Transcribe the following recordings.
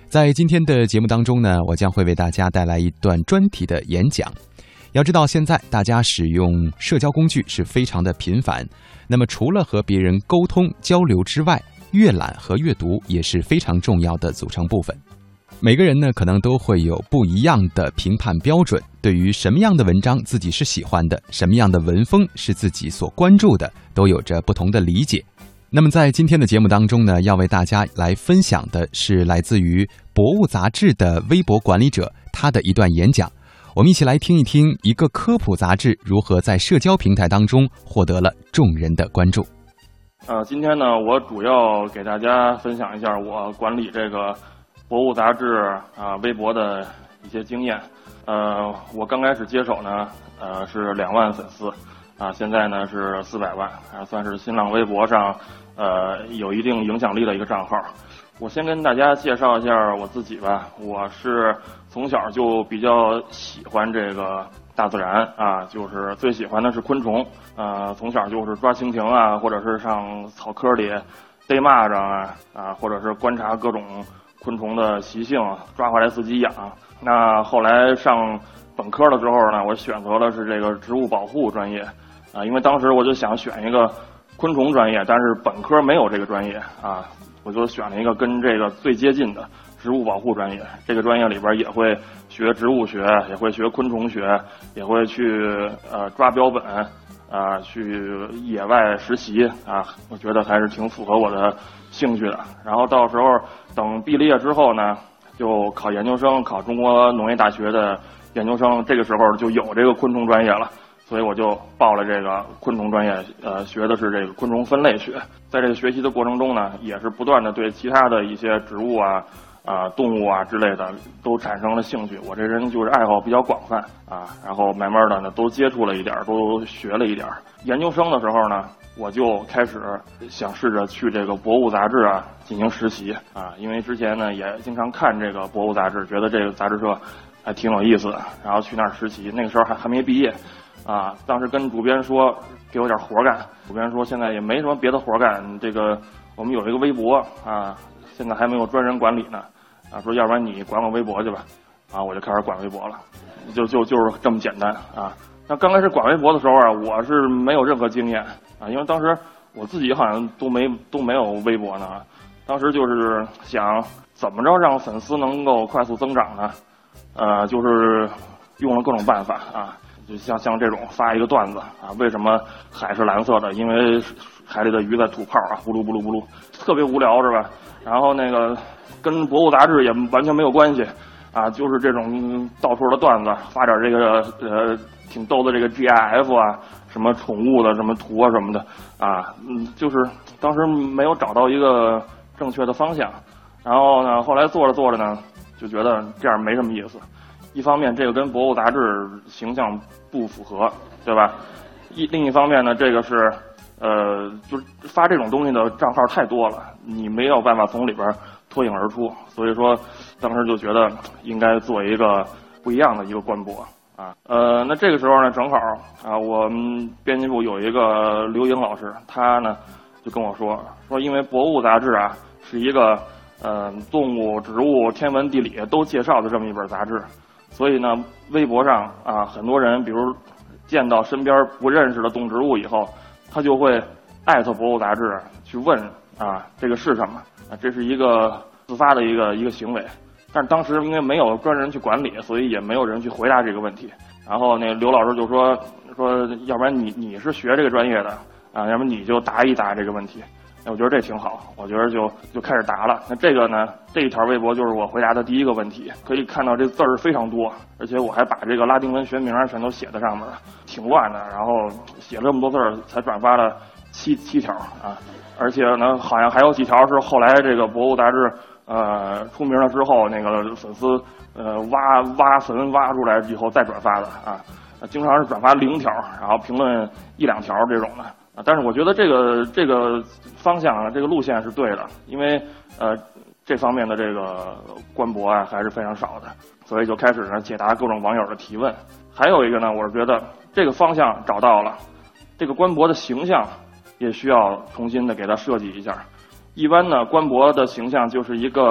在今天的节目当中呢，我将会为大家带来一段专题的演讲。要知道，现在大家使用社交工具是非常的频繁，那么除了和别人沟通交流之外，阅览和阅读也是非常重要的组成部分。每个人呢，可能都会有不一样的评判标准，对于什么样的文章自己是喜欢的，什么样的文风是自己所关注的，都有着不同的理解。那么在今天的节目当中呢，要为大家来分享的是来自于博物杂志的微博管理者他的一段演讲。我们一起来听一听一个科普杂志如何在社交平台当中获得了众人的关注。 今天呢，我主要给大家分享一下我管理这个博物杂志微博的一些经验。我刚开始接手呢，是2万粉丝。现在呢是400万，算是新浪微博上有一定影响力的一个账号。我先跟大家介绍一下我自己吧。我是从小就比较喜欢这个大自然就是最喜欢的是昆虫。从小就是抓蜻蜓或者是上草坑里逮蚂蚱或者是观察各种昆虫的习性，抓回来自己养。那后来上本科的时候呢，我选择的是这个植物保护专业。因为当时我就想选一个昆虫专业，但是本科没有这个专业我就选了一个跟这个最接近的植物保护专业。这个专业里边也会学植物学，也会学昆虫学，也会去抓标本去野外实习我觉得还是挺符合我的兴趣的。然后到时候等毕了业之后呢，就考研究生，考中国农业大学的研究生，这个时候就有这个昆虫专业了。所以我就报了这个昆虫专业，学的是这个昆虫分类学。在这个学习的过程中呢，也是不断的对其他的一些植物动物之类的都产生了兴趣。我这人就是爱好比较广泛然后慢慢的呢都接触了一点，都学了一点。研究生的时候呢，我就开始想试着去这个博物杂志进行实习因为之前呢也经常看这个博物杂志，觉得这个杂志社还挺有意思的，然后去那儿实习。那个时候还没毕业当时跟主编说给我点活干，主编说现在也没什么别的活干，这个我们有这个微博现在还没有专人管理呢说要不然你管我微博去吧我就开始管微博了，就是这么简单那刚开始管微博的时候我是没有任何经验因为当时我自己好像都没有微博呢。当时就是想怎么着让粉丝能够快速增长呢就是用了各种办法就像这种发一个段子为什么海是蓝色的？因为海里的鱼在吐泡咕噜咕噜咕噜，特别无聊是吧？然后那个跟博物杂志也完全没有关系就是这种到处的段子，发点这个挺逗的这个 GIF 什么宠物的什么图什么的就是当时没有找到一个正确的方向。然后呢，后来做着做着呢，就觉得这样没什么意思。一方面这个跟博物杂志形象不符合，对吧？另一方面呢，这个是就是发这种东西的账号太多了，你没有办法从里边脱颖而出。所以说当时就觉得应该做一个不一样的一个官博那这个时候呢，正好我们编辑部有一个刘莹老师，他呢就跟我说因为博物杂志是一个动物、植物、天文、地理都介绍的这么一本杂志，所以呢微博上很多人比如见到身边不认识的动植物以后，他就会艾特博物杂志去问这个是什么这是一个自发的一个行为。但是当时因为没有专人去管理，所以也没有人去回答这个问题。然后那刘老师就说要不然你是学这个专业的要不然你就答一答这个问题。我觉得这挺好，我觉得就开始答了。那这个呢，这一条微博就是我回答的第一个问题。可以看到这字儿非常多，而且我还把这个拉丁文学名全都写在上面了，挺乱的。然后写了这么多字儿，才转发了七条而且呢，好像还有几条是后来这个博物杂志出名了之后，那个粉丝挖坟挖出来以后再转发的经常是转发0条，然后评论1、2条这种的。但是我觉得这个方向这个路线是对的，因为这方面的这个官博还是非常少的，所以就开始呢解答各种网友的提问。还有一个呢，我是觉得这个方向找到了，这个官博的形象也需要重新的给它设计一下。一般呢，官博的形象就是一个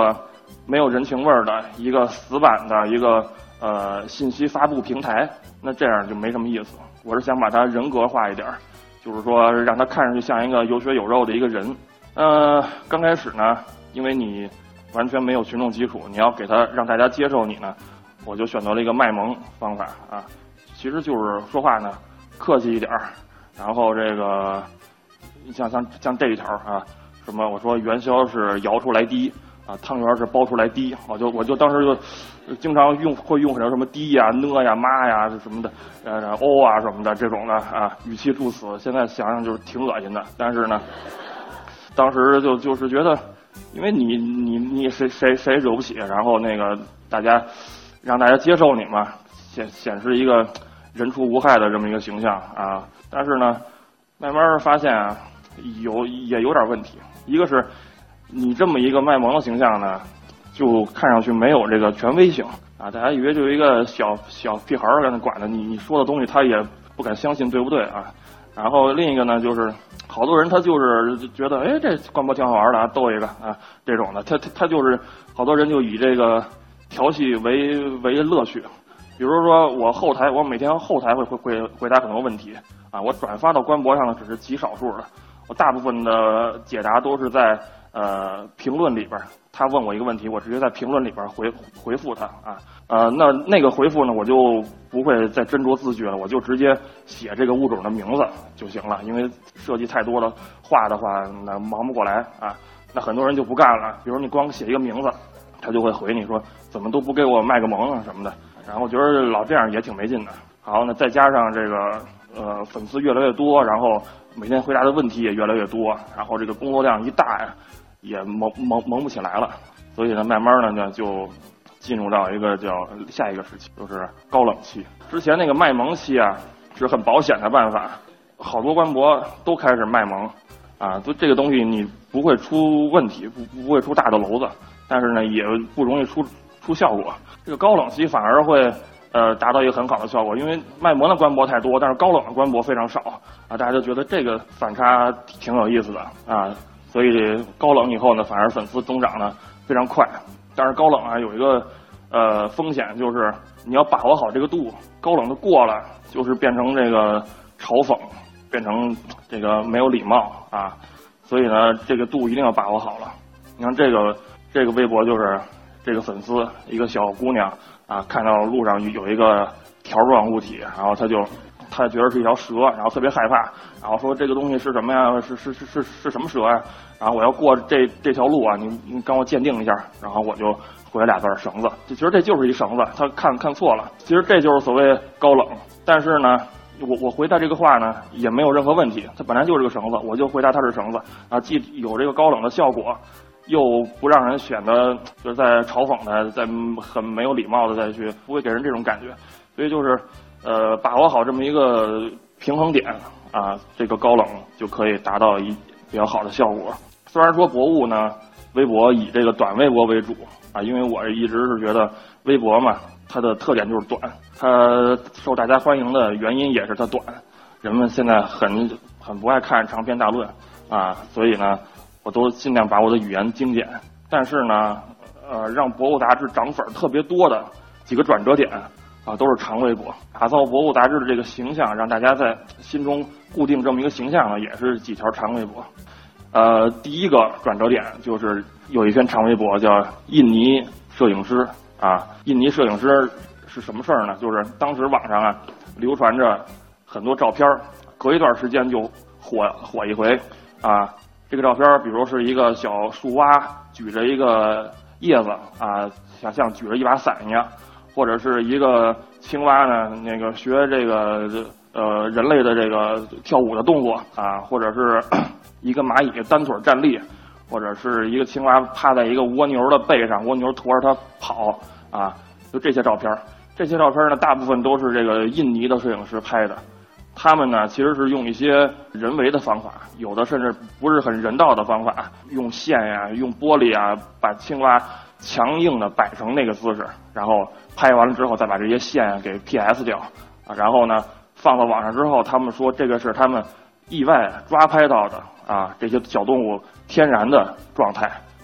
没有人情味儿的一个死板的一个信息发布平台，那这样就没什么意思。我是想把它人格化一点，就是说让它看上去像一个有血有肉的一个人。刚开始呢，因为你完全没有群众基础，你要给他让大家接受你呢，我就选择了一个卖萌方法啊，其实就是说话呢客气一点，然后这个像这一条啊，什么我说元宵是摇出来滴啊，汤圆是包出来滴，我就当时就经常会用什么滴呀、呢呀、妈呀什么的，欧啊什么的这种的啊，语气助词。现在想想就是挺恶心的，但是呢，当时就是觉得，因为你谁惹不起，然后那个让大家接受你嘛，显示一个人畜无害的这么一个形象啊。但是呢，慢慢发现啊，也有点问题。一个是你这么一个卖萌的形象呢，就看上去没有这个权威性啊，大家以为就有一个小屁孩儿跟他管着你说的东西，他也不敢相信对不对啊。然后另一个呢，就是好多人他就是觉得，哎，这官博挺好玩的啊，逗一个啊这种的，他就是好多人就以这个调戏为乐趣。比如说我每天后台会回答很多问题啊，我转发到官博上的只是极少数的，我大部分的解答都是在评论里边，他问我一个问题，我直接在评论里边回复他啊。那个回复呢，我就不会再斟酌字句了，我就直接写这个物种的名字就行了，因为设计太多了画的话，那忙不过来啊。那很多人就不干了，比如你光写一个名字，他就会回你说怎么都不给我卖个萌啊什么的。然后我觉得老这样也挺没劲的。好，那再加上这个粉丝越来越多，然后每天回答的问题也越来越多，然后这个工作量一大呀，也萌不起来了。所以呢，慢慢呢就进入到一个叫下一个时期，就是高冷期。之前那个卖萌期啊，是很保险的办法，好多官博都开始卖萌啊，就这个东西你不会出问题，不会出大的篓子，但是呢也不容易出效果。这个高冷期反而会达到一个很好的效果，因为卖萌的官博太多，但是高冷的官博非常少啊，大家就觉得这个反差挺有意思的啊，所以高冷以后呢，反而粉丝增长呢非常快。但是高冷啊有一个风险，就是你要把握好这个度，高冷的过了就是变成这个嘲讽，变成这个没有礼貌啊，所以呢这个度一定要把握好了。你看这个微博就是这个粉丝一个小姑娘啊，看到路上有一个条状物体，然后她觉得是一条蛇，然后特别害怕，然后说这个东西是什么呀？是什么蛇呀？然后我要过这条路啊，你帮我鉴定一下。然后我就回了2段绳子，就觉得这就是一绳子，他看错了，其实这就是所谓高冷。但是呢，我回答这个话呢也没有任何问题，它本来就是个绳子，我就回答它是绳子啊，既有这个高冷的效果，又不让人显得就是在嘲讽他，在很没有礼貌的再去，不会给人这种感觉。所以就是把握好这么一个平衡点啊，这个高冷就可以达到一比较好的效果。虽然说博物呢，微博以这个短微博为主啊，因为我一直是觉得微博嘛，它的特点就是短，它受大家欢迎的原因也是它短。人们现在很不爱看长篇大论啊，所以呢，我都尽量把我的语言精简。但是呢，让博物杂志涨粉特别多的几个转折点啊，都是长微博。打造博物杂志的这个形象，让大家在心中固定这么一个形象呢，也是几条长微博。第一个转折点就是有一篇长微博叫印尼摄影师啊，印尼摄影师是什么事儿呢？就是当时网上啊流传着很多照片，隔一段时间就火一回啊。这个照片比如是一个小树蛙举着一个叶子啊，像举着一把伞一样，或者是一个青蛙呢那个学这个人类的这个跳舞的动作啊，或者是一个蚂蚁单腿站立，或者是一个青蛙趴在一个蜗牛的背上，蜗牛驮着它跑啊，就这些照片。这些照片呢，大部分都是这个印尼的摄影师拍的。他们呢，其实是用一些人为的方法，有的甚至不是很人道的方法，用线呀、用玻璃啊，把青蛙强硬的摆成那个姿势，然后拍完了之后再把这些线给 PS 掉啊，然后呢放到网上之后，他们说这个是他们意外抓拍到的啊，这些小动物天然的状态，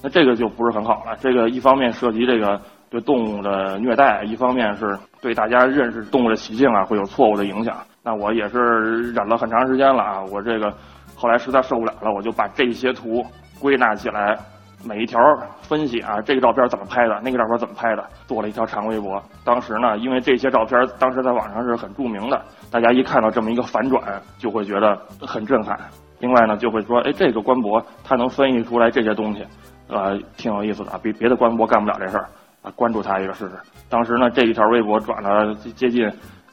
那这个就不是很好了。这个一方面涉及这个对动物的虐待，一方面是对大家认识动物的习性啊会有错误的影响。那我也是忍了很长时间了啊，我这个后来实在受不了了，我就把这些图归纳起来，每一条分析啊，这个照片怎么拍的，那个照片怎么拍的，做了一条长微博。当时呢，因为这些照片当时在网上是很著名的，大家一看到这么一个反转，就会觉得很震撼。另外呢，就会说，哎，这个官博它能分析出来这些东西，挺有意思的啊，别的官博干不了这事儿啊，关注他一个试试。当时呢，这一条微博转了接近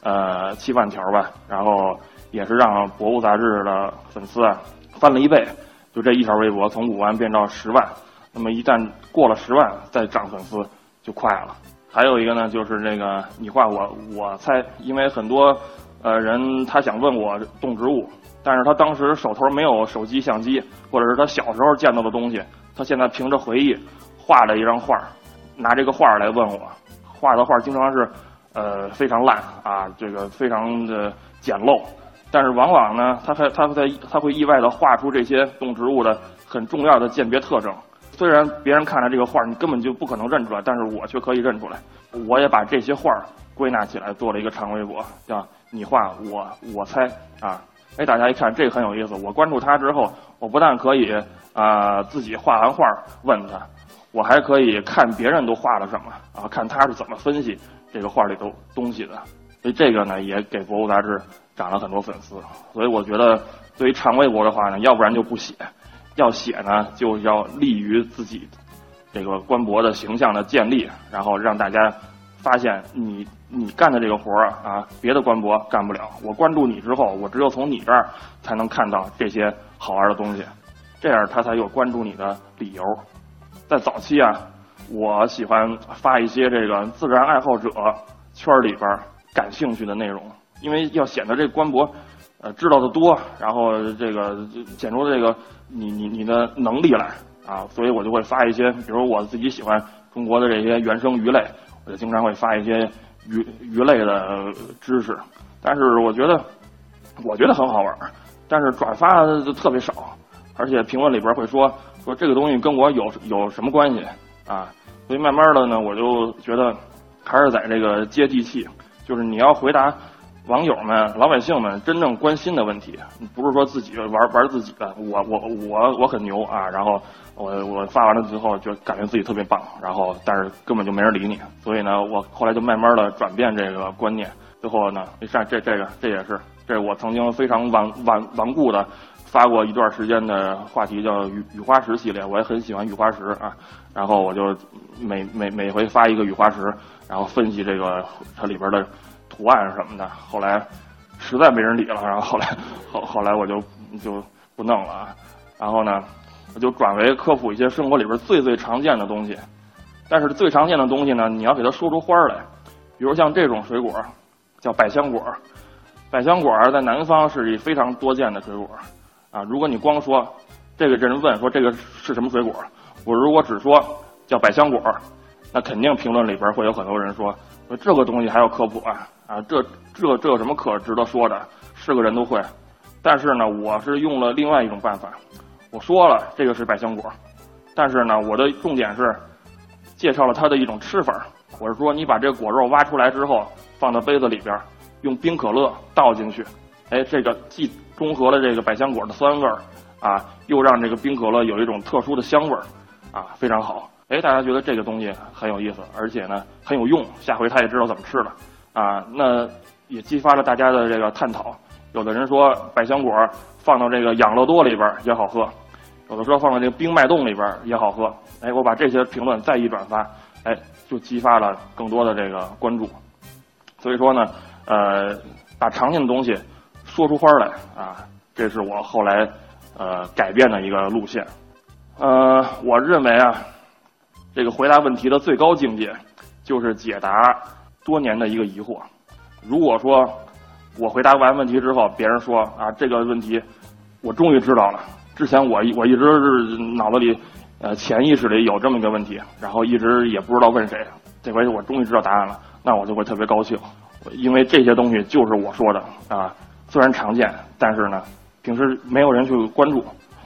7万条吧，然后也是让博物杂志的粉丝啊翻了1倍，就这一条微博从5万变到10万。那么一旦过了10万，再涨粉丝就快了。还有一个呢，就是这个你画我猜，因为很多人他想问我动植物，但是他当时手头没有手机相机，或者是他小时候见到的东西，他现在凭着回忆画了一张画，拿这个画来问我，画的画经常是非常烂啊，这个非常的简陋，但是往往呢，他会意外的画出这些动植物的很重要的鉴别特征。虽然别人看了这个画你根本就不可能认出来，但是我却可以认出来。我也把这些画归纳起来做了一个长微博，叫你画我猜啊。哎，大家一看这个很有意思，我关注他之后，我不但可以自己画完画问他，我还可以看别人都画了什么啊，看他是怎么分析这个画里头东西的。所以这个呢也给博物杂志涨了很多粉丝。所以我觉得对于长微博的话呢，要不然就不写，要写呢就要利于自己这个官博的形象的建立，然后让大家发现你干的这个活啊，别的官博干不了。我关注你之后，我只有从你这儿才能看到这些好玩的东西，这样他才有关注你的理由。在早期啊，我喜欢发一些这个自然爱好者圈里边感兴趣的内容，因为要显得这个官博知道的多，然后这个显出这个你的能力来啊，所以我就会发一些，比如我自己喜欢中国的这些原生鱼类，我就经常会发一些鱼类的知识。但是我觉得很好玩，但是转发的特别少，而且评论里边会说这个东西跟我有什么关系啊？所以慢慢的呢，我就觉得还是在这个接地气，就是你要回答网友们、老百姓们真正关心的问题，不是说自己玩自己的。我很牛啊，然后我发完了之后就感觉自己特别棒，然后但是根本就没人理你。所以呢，我后来就慢慢的转变这个观念。最后呢，这也是我曾经非常顽固的发过一段时间的话题，叫雨花石系列。我也很喜欢雨花石啊，然后我就每回发一个雨花石，然后分析这个它里边的图案什么的。后来实在没人理了，然后后来我就不弄了啊。然后呢，我就转为科普一些生活里边最常见的东西。但是最常见的东西呢，你要给它说出花来。比如像这种水果叫百香果，百香果在南方是一非常多见的水果啊。如果你光说这个人问说这个是什么水果，我如果只说叫百香果，那肯定评论里边会有很多人说这个东西还要科普啊，这有什么可值得说的？是个人都会。但是呢，我是用了另外一种办法，我说了这个是百香果，但是呢，我的重点是介绍了它的一种吃法。我是说，你把这个果肉挖出来之后，放到杯子里边，用冰可乐倒进去，哎，这个既中和了这个百香果的酸味啊，又让这个冰可乐有一种特殊的香味啊，非常好。哎，大家觉得这个东西很有意思，而且呢很有用，下回他也知道怎么吃了啊。那也激发了大家的这个探讨。有的人说百香果放到这个养乐多里边也好喝，有的说放到这个冰脉冻里边也好喝。哎，我把这些评论再一转发，哎，就激发了更多的这个关注。所以说呢，把常见的东西说出花来啊，这是我后来改变的一个路线。我认为啊，这个回答问题的最高境界就是解答多年的一个疑惑。如果说我回答完问题之后，别人说啊这个问题我终于知道了，之前我一直是脑子里潜意识里有这么一个问题，然后一直也不知道问谁，这回我终于知道答案了，那我就会特别高兴，因为这些东西就是我说的啊，虽然常见，但是呢平时没有人去关注，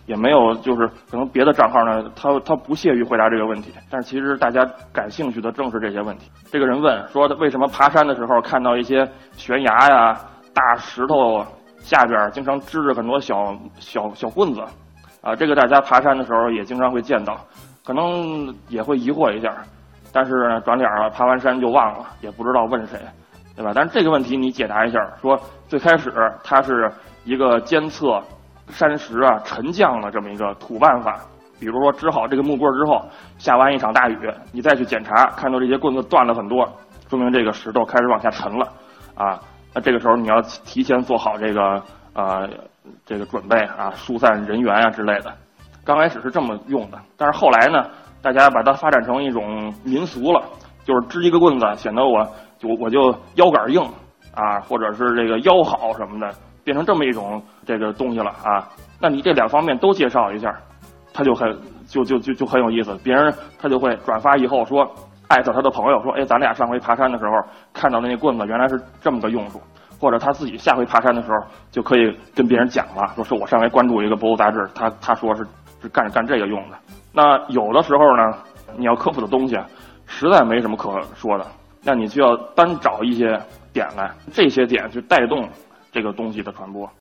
也没有就是可能别的账号呢，他不屑于回答这个问题，但是其实大家感兴趣的正是这些问题。这个人问说，为什么爬山的时候看到一些悬崖呀、大石头下边经常支着很多小棍子啊？这个大家爬山的时候也经常会见到，可能也会疑惑一下，但是呢，转脸了，爬完山就忘了，也不知道问谁，对吧？但是这个问题你解答一下，说最开始它是一个监测山石啊沉降的这么一个土办法。比如说支好这个木棍之后，下完一场大雨，你再去检查，看到这些棍子断了很多，说明这个石头开始往下沉了啊。那这个时候你要提前做好这个准备啊，疏散人员啊之类的。刚开始是这么用的，但是后来呢，大家把它发展成一种民俗了，就是支一个棍子，显得我就腰杆硬啊，或者是这个腰好什么的，变成这么一种这个东西了啊。那你这两方面都介绍一下，他就很有意思，别人他就会转发以后说艾特他的朋友说，哎，咱俩上回爬山的时候看到的那棍子原来是这么个用处，或者他自己下回爬山的时候就可以跟别人讲了，说是我上回关注一个博物杂志，他说是干这个用的。那有的时候呢，你要科普的东西实在没什么可说的，那你就要单找一些点来，这些点去带动这个东西的传播。